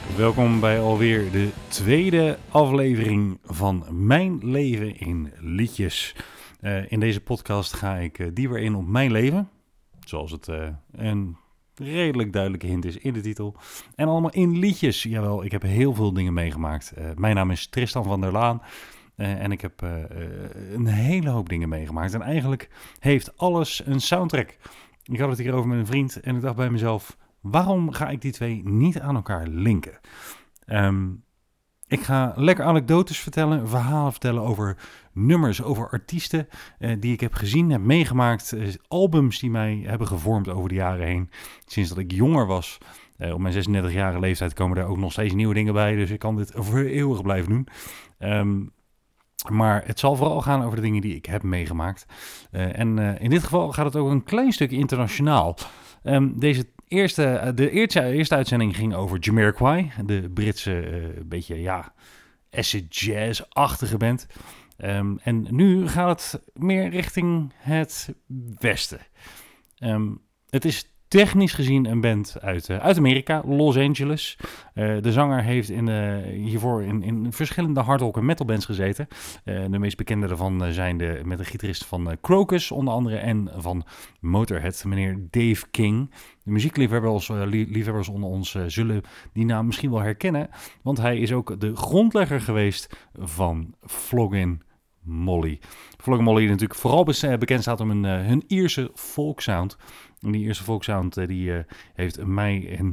Welkom bij alweer de tweede aflevering van Mijn Leven in Liedjes. In deze podcast ga ik dieper in op mijn leven, zoals het een redelijk duidelijke hint is in de titel. En allemaal in liedjes. Jawel, ik heb heel veel dingen meegemaakt. Mijn naam is Tristan van der Laan en ik heb een hele hoop dingen meegemaakt. En eigenlijk heeft alles een soundtrack. Ik had het hierover met een vriend en ik dacht bij mezelf, waarom ga ik die twee niet aan elkaar linken? Ik ga lekker anekdotes vertellen, verhalen vertellen over nummers, over artiesten die ik heb gezien, heb meegemaakt. Albums die mij hebben gevormd over de jaren heen. Sinds dat ik jonger was, op mijn 36-jarige leeftijd komen er ook nog steeds nieuwe dingen bij. Dus ik kan dit voor eeuwig blijven doen. Maar het zal vooral gaan over de dingen die ik heb meegemaakt. In dit geval gaat het ook een klein stuk internationaal. De eerste uitzending ging over Jamiroquai, de Britse beetje acid jazz-achtige band. En nu gaat het meer richting het westen. Het is technisch gezien een band uit Amerika, Los Angeles. De zanger heeft hiervoor in verschillende hardrock en metalbands gezeten. De meest bekende daarvan zijn met de gitarist van Crocus onder andere en van Motorhead, meneer Dave King. De muziekliefhebbers onder ons zullen die naam misschien wel herkennen, want hij is ook de grondlegger geweest van Flogging Molly. Flogging Molly die natuurlijk vooral bekend staat om hun Ierse folksound. En die Ierse folksound heeft mij een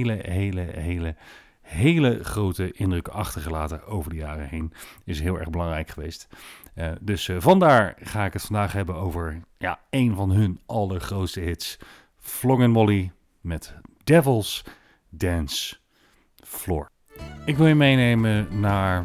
hele grote indruk achtergelaten over de jaren heen. Is heel erg belangrijk geweest. Dus vandaar ga ik het vandaag hebben over een van hun allergrootste hits. Flogging Molly met Devil's Dance Floor. Ik wil je meenemen naar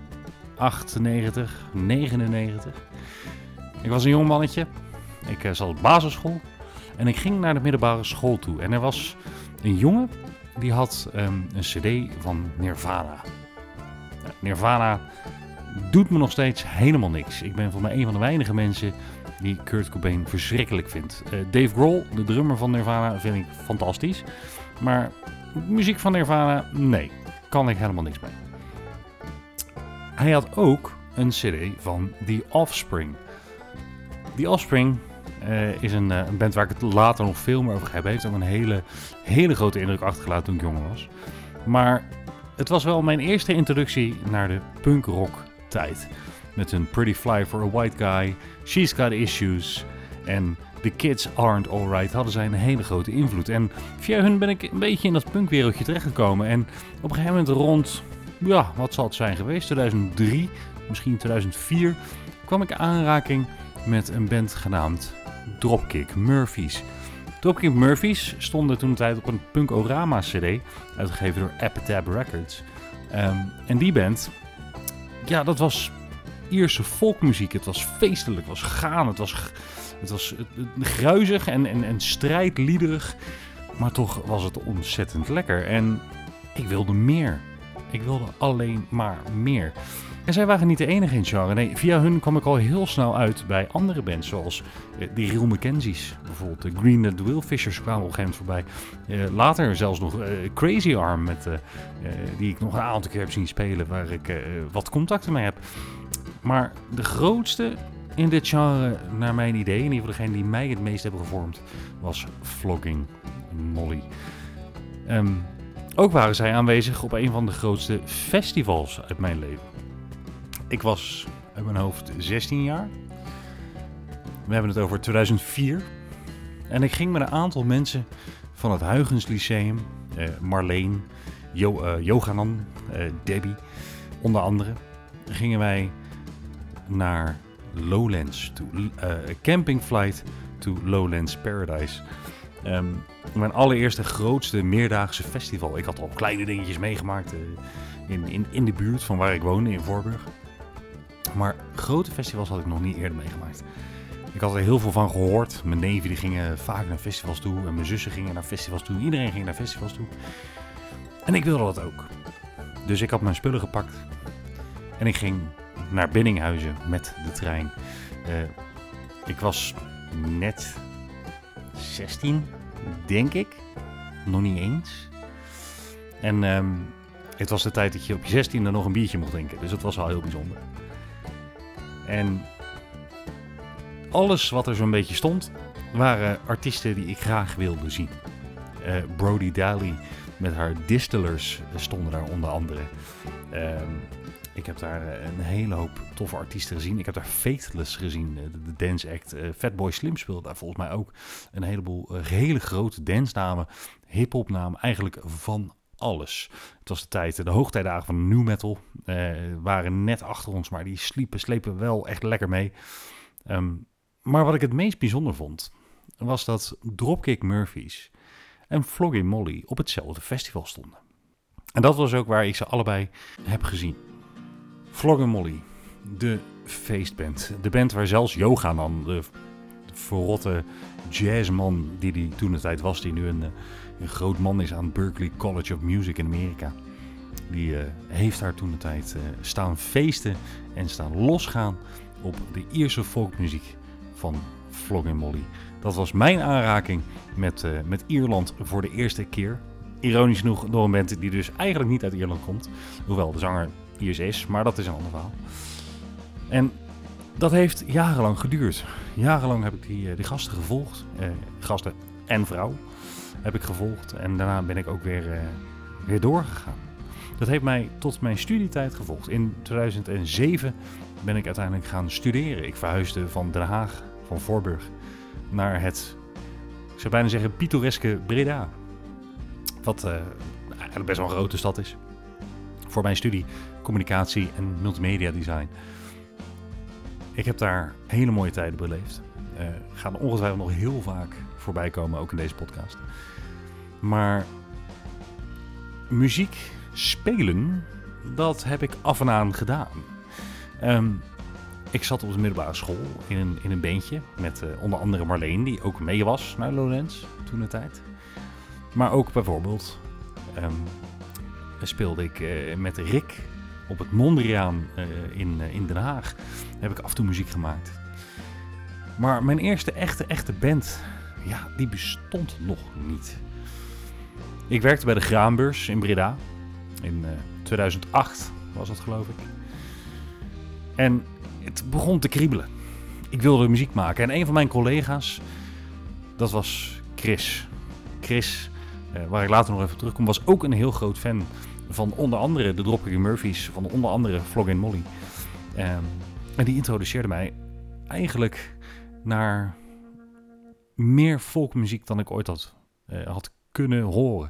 98, 99. Ik was een jong mannetje. Ik zat op basisschool. En ik ging naar de middelbare school toe. En er was een jongen die had een cd van Nirvana. Nirvana doet me nog steeds helemaal niks. Ik ben voor mij een van de weinige mensen die Kurt Cobain verschrikkelijk vindt. Dave Grohl, de drummer van Nirvana, vind ik fantastisch. Maar muziek van Nirvana, nee, kan ik helemaal niks mee. Hij had ook een cd van The Offspring. The Offspring is een band waar ik het later nog veel meer over heb. Hij heeft ook een hele grote indruk achtergelaten toen ik jonger was. Maar het was wel mijn eerste introductie naar de punkrock tijd. Met een Pretty Fly for a White Guy, She's Got Issues en The Kids Aren't Alright hadden zij een hele grote invloed. En via hun ben ik een beetje in dat punkwereldje terechtgekomen. En op een gegeven moment rond, wat zal het zijn geweest, 2003, misschien 2004, kwam ik in aanraking met een band genaamd Dropkick Murphys. Dropkick Murphys stonden toen de tijd op een Punk-O-Rama CD, uitgegeven door Epitaph Records. En die band, dat was Ierse folkmuziek. Het was feestelijk, het was gaan, het was gruizig en strijdliederig. Maar toch was het ontzettend lekker. En ik wilde meer. Ik wilde alleen maar meer. En zij waren niet de enige in het genre. Nee, via hun kwam ik al heel snel uit bij andere bands, zoals de Real McKenzies. Bijvoorbeeld de Green Dead Willfishers kwamen op een gegeven moment voorbij. Later zelfs nog Crazy Arm, die ik nog een aantal keer heb zien spelen, waar ik wat contacten mee heb. Maar de grootste in dit genre, naar mijn idee, in ieder geval degene die mij het meest hebben gevormd, was Flogging Molly. Ook waren zij aanwezig op een van de grootste festivals uit mijn leven. Ik was uit mijn hoofd 16 jaar. We hebben het over 2004. En ik ging met een aantal mensen van het Huygens Lyceum, Marleen, Johanan, Debbie, onder andere, gingen wij naar Lowlands toe. Camping Flight to Lowlands Paradise. Mijn allereerste grootste meerdaagse festival. Ik had al kleine dingetjes meegemaakt in de buurt van waar ik woonde, in Voorburg. Maar grote festivals had ik nog niet eerder meegemaakt. Ik had er heel veel van gehoord. Mijn neven die gingen vaak naar festivals toe. En mijn zussen gingen naar festivals toe. Iedereen ging naar festivals toe. En ik wilde dat ook. Dus ik had mijn spullen gepakt. En ik ging naar Biddinghuizen met de trein. Ik was net 16, denk ik. Nog niet eens. En Het was de tijd dat je op je 16e nog een biertje mocht drinken. Dus dat was wel heel bijzonder. En alles wat er zo'n beetje stond, waren artiesten die ik graag wilde zien. Brody Daly met haar Distillers stonden daar onder andere. Ik heb daar een hele hoop toffe artiesten gezien. Ik heb daar Faithless gezien, de dance act. Fatboy Slim speelde daar volgens mij ook. Een heleboel hele grote dansnamen, hip-hop namen, eigenlijk van alles. Het was de tijd, de hoogtijdagen van nu metal waren net achter ons, maar die slepen wel echt lekker mee. Maar wat ik het meest bijzonder vond, was dat Dropkick Murphys en Flogging Molly op hetzelfde festival stonden. En dat was ook waar ik ze allebei heb gezien. Flogging Molly, de feestband. De band waar zelfs Yohanan, de verrotte jazzman die toen de tijd was, die nu een groot man is aan Berklee College of Music in Amerika. Die heeft daar toen de tijd staan feesten en staan losgaan op de Ierse folkmuziek van Flogging Molly. Dat was mijn aanraking met Ierland voor de eerste keer. Ironisch genoeg door een band die dus eigenlijk niet uit Ierland komt. Hoewel de zanger Iers is, maar dat is een ander verhaal. En dat heeft jarenlang geduurd. Jarenlang heb ik die gasten gevolgd. Gasten en vrouw heb ik gevolgd. En daarna ben ik ook weer doorgegaan. Dat heeft mij tot mijn studietijd gevolgd. In 2007 ben ik uiteindelijk gaan studeren. Ik verhuisde van Den Haag, van Voorburg, naar het, ik zou bijna zeggen, pittoreske Breda. Wat eigenlijk best wel een grote stad is. Voor mijn studie communicatie en multimedia design. Ik heb daar hele mooie tijden beleefd. Gaan er ongetwijfeld nog heel vaak voorbij komen, ook in deze podcast. Maar muziek spelen, dat heb ik af en aan gedaan. Ik zat op de middelbare school in een bandje met onder andere Marleen, die ook mee was naar Lowlands toen de tijd. Maar ook bijvoorbeeld speelde ik met Rick op het Mondriaan in Den Haag. Daar heb ik af en toe muziek gemaakt. Maar mijn eerste echte band, ja, die bestond nog niet. Ik werkte bij de Graanbeurs in Breda. In 2008 was dat, geloof ik. En het begon te kriebelen. Ik wilde muziek maken. En een van mijn collega's, dat was Chris. Chris, waar ik later nog even terugkom, was ook een heel groot fan van onder andere de Dropkick Murphys, van onder andere Flogging Molly. En die introduceerde mij eigenlijk naar meer folkmuziek dan ik ooit had kunnen horen.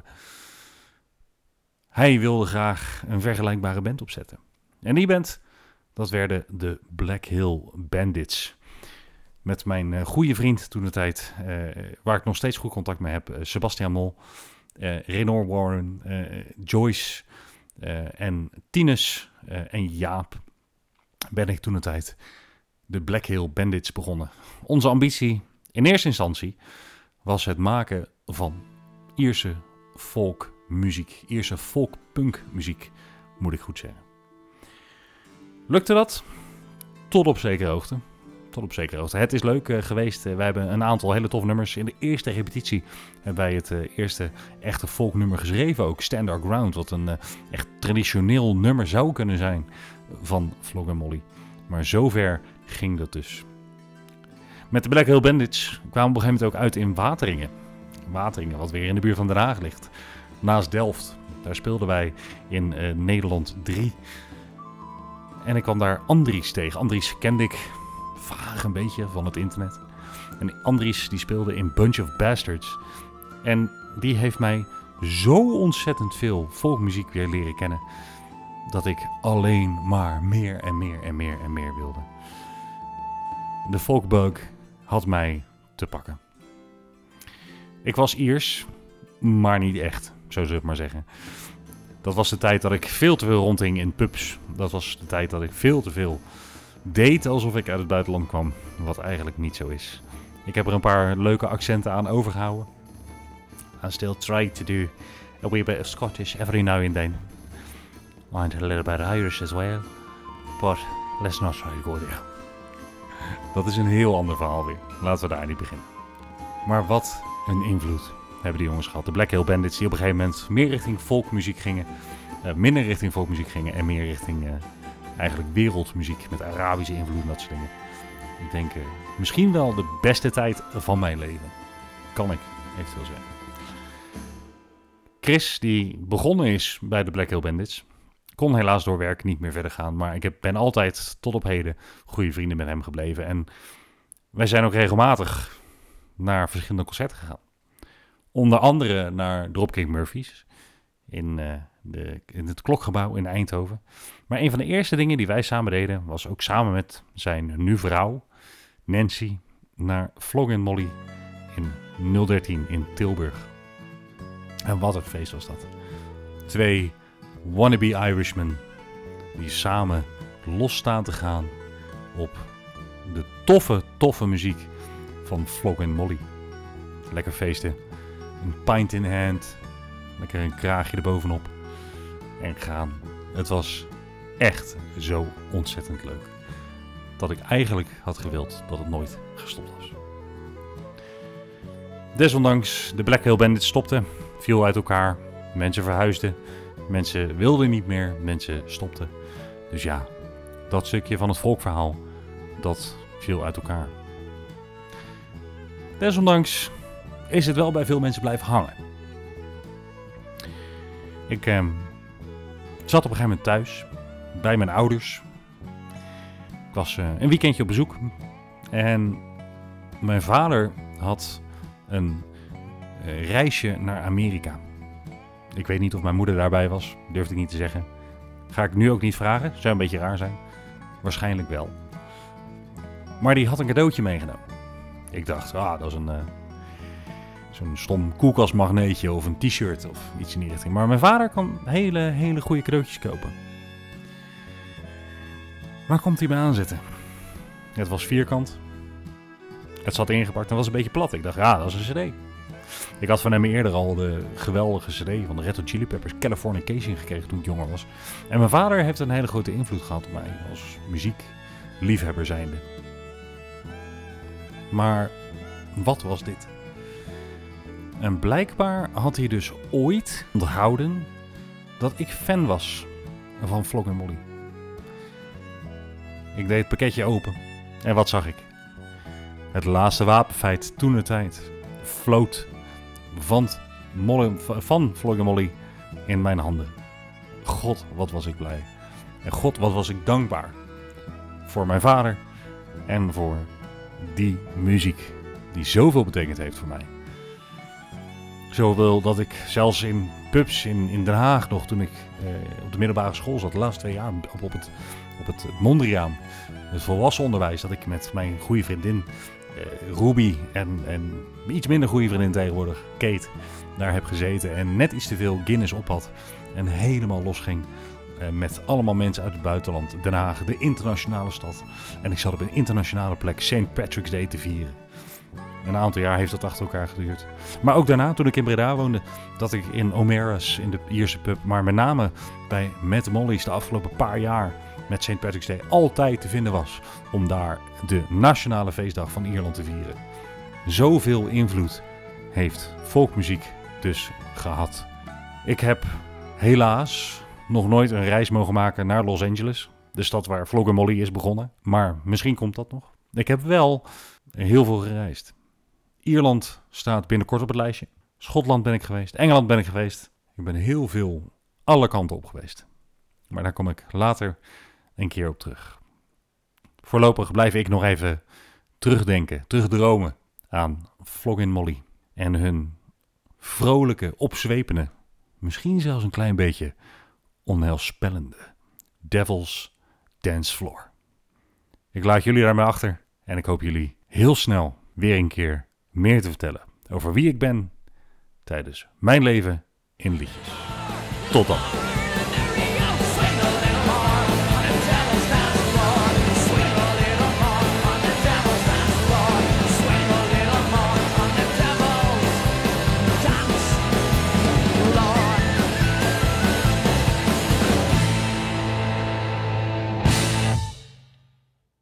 Hij wilde graag een vergelijkbare band opzetten. En die band, dat werden de Black Hill Bandits. Met mijn goede vriend toen de tijd, waar ik nog steeds goed contact mee heb, Sebastian Mol, Renor Warren, Joyce en Tinus en Jaap, ben ik toen de tijd de Black Hill Bandits begonnen. Onze ambitie in eerste instantie was het maken van Ierse folkmuziek, Ierse folkpunkmuziek, moet ik goed zeggen. Lukte dat? Tot op zekere hoogte. Het is leuk geweest. Wij hebben een aantal hele toffe nummers. In de eerste repetitie hebben wij het eerste echte folknummer geschreven. Ook Stand Our Ground, wat een echt traditioneel nummer zou kunnen zijn van Flogging Molly. Maar zover ging dat dus. Met de Black Hill Bandits kwamen we op een gegeven moment ook uit in Wateringen. Wateringen, wat weer in de buurt van Den Haag ligt. Naast Delft. Daar speelden wij in Nederland 3. En ik kwam daar Andries tegen. Andries kende ik vaag een beetje van het internet. En Andries die speelde in Bunch of Bastards. En die heeft mij zo ontzettend veel folkmuziek weer leren kennen, dat ik alleen maar meer en meer wilde. De folkbug had mij te pakken. Ik was Iers, maar niet echt, zo zou ik het maar zeggen. Dat was de tijd dat ik veel te veel rondhing in pubs. Dat was de tijd dat ik veel te veel deed alsof ik uit het buitenland kwam, wat eigenlijk niet zo is. Ik heb er een paar leuke accenten aan overgehouden. I still try to do a wee bit of Scottish every now and then. And a little bit of Irish as well. But let's not try to go there. Dat is een heel ander verhaal weer. Laten we daar niet beginnen. Maar wat een invloed hebben die jongens gehad. De Black Hill Bandits die op een gegeven moment meer richting folkmuziek gingen. minder richting folkmuziek gingen en meer richting eigenlijk wereldmuziek met Arabische invloed en dat soort dingen. Ik denk misschien wel de beste tijd van mijn leven. Kan ik eventueel zeggen. Chris, die begonnen is bij de Black Hill Bandits, kon helaas door werk niet meer verder gaan. Maar ik ben altijd tot op heden goede vrienden met hem gebleven. En wij zijn ook regelmatig naar verschillende concerten gegaan. Onder andere naar Dropkick Murphys in het Klokgebouw in Eindhoven. Maar een van de eerste dingen die wij samen deden was ook samen met zijn nu vrouw Nancy naar Flogging Molly in 013 in Tilburg. En wat een feest was dat. 2 wannabe Irishmen die samen losstaan te gaan op de toffe muziek van Flogging Molly. Lekker feesten. Een pint in hand. Lekker een kraagje erbovenop. En gaan. Het was echt zo ontzettend leuk. Dat ik eigenlijk had gewild dat het nooit gestopt was. Desondanks, de Black Hill Bandits stopten. Viel uit elkaar. Mensen verhuisden. Mensen wilden niet meer. Mensen stopten. Dus ja, dat stukje van het volkverhaal, dat viel uit elkaar. Desondanks is het wel bij veel mensen blijven hangen. Ik zat op een gegeven moment thuis bij mijn ouders. Ik was een weekendje op bezoek. En mijn vader had een reisje naar Amerika. Ik weet niet of mijn moeder daarbij was. Durfde ik niet te zeggen. Ga ik nu ook niet vragen. Zou een beetje raar zijn. Waarschijnlijk wel. Maar die had een cadeautje meegenomen. Ik dacht, dat is zo'n stom koelkastmagneetje of een t-shirt of iets in die richting. Maar mijn vader kan hele goede cadeautjes kopen. Waar komt hij bij aanzetten? Het was vierkant. Het zat ingepakt en was een beetje plat. Ik dacht, dat is een cd. Ik had van hem eerder al de geweldige cd van de Red Hot Chili Peppers, Californication, gekregen toen ik jonger was. En mijn vader heeft een hele grote invloed gehad op mij als muziekliefhebber zijnde. Maar wat was dit? En blijkbaar had hij dus ooit onthouden dat ik fan was van Flogging Molly. Ik deed het pakketje open en wat zag ik? Het laatste wapenfeit toentertijd floot van Flogging Molly in mijn handen. God, wat was ik blij. En God, wat was ik dankbaar voor mijn vader en voor die muziek die zoveel betekend heeft voor mij. Zoveel dat ik zelfs in pubs in Den Haag nog, toen ik op de middelbare school zat, de laatste 2 jaar op het Mondriaan, het volwassen onderwijs, dat ik met mijn goede vriendin Ruby en iets minder goede vriendin tegenwoordig, Kate, daar heb gezeten en net iets te veel Guinness op had en helemaal losging met allemaal mensen uit het buitenland. Den Haag, de internationale stad. En ik zat op een internationale plek St. Patrick's Day te vieren. Een aantal jaar heeft dat achter elkaar geduurd. Maar ook daarna, toen ik in Breda woonde, dat ik in O'Mara's, in de Ierse pub, maar met name bij Mad Molly's de afgelopen paar jaar met St. Patrick's Day altijd te vinden was om daar de nationale feestdag van Ierland te vieren. Zoveel invloed heeft folkmuziek dus gehad. Ik heb helaas nog nooit een reis mogen maken naar Los Angeles, de stad waar Flogging Molly is begonnen. Maar misschien komt dat nog. Ik heb wel heel veel gereisd. Ierland staat binnenkort op het lijstje. Schotland ben ik geweest. Engeland ben ik geweest. Ik ben heel veel alle kanten op geweest. Maar daar kom ik later een keer op terug. Voorlopig blijf ik nog even terugdenken, terugdromen aan Flogging Molly. En hun vrolijke, opzwepende, misschien zelfs een klein beetje onheilspellende Devil's Dance Floor. Ik laat jullie daarmee achter en ik hoop jullie heel snel weer een keer meer te vertellen over wie ik ben tijdens mijn leven in liedjes. Tot dan.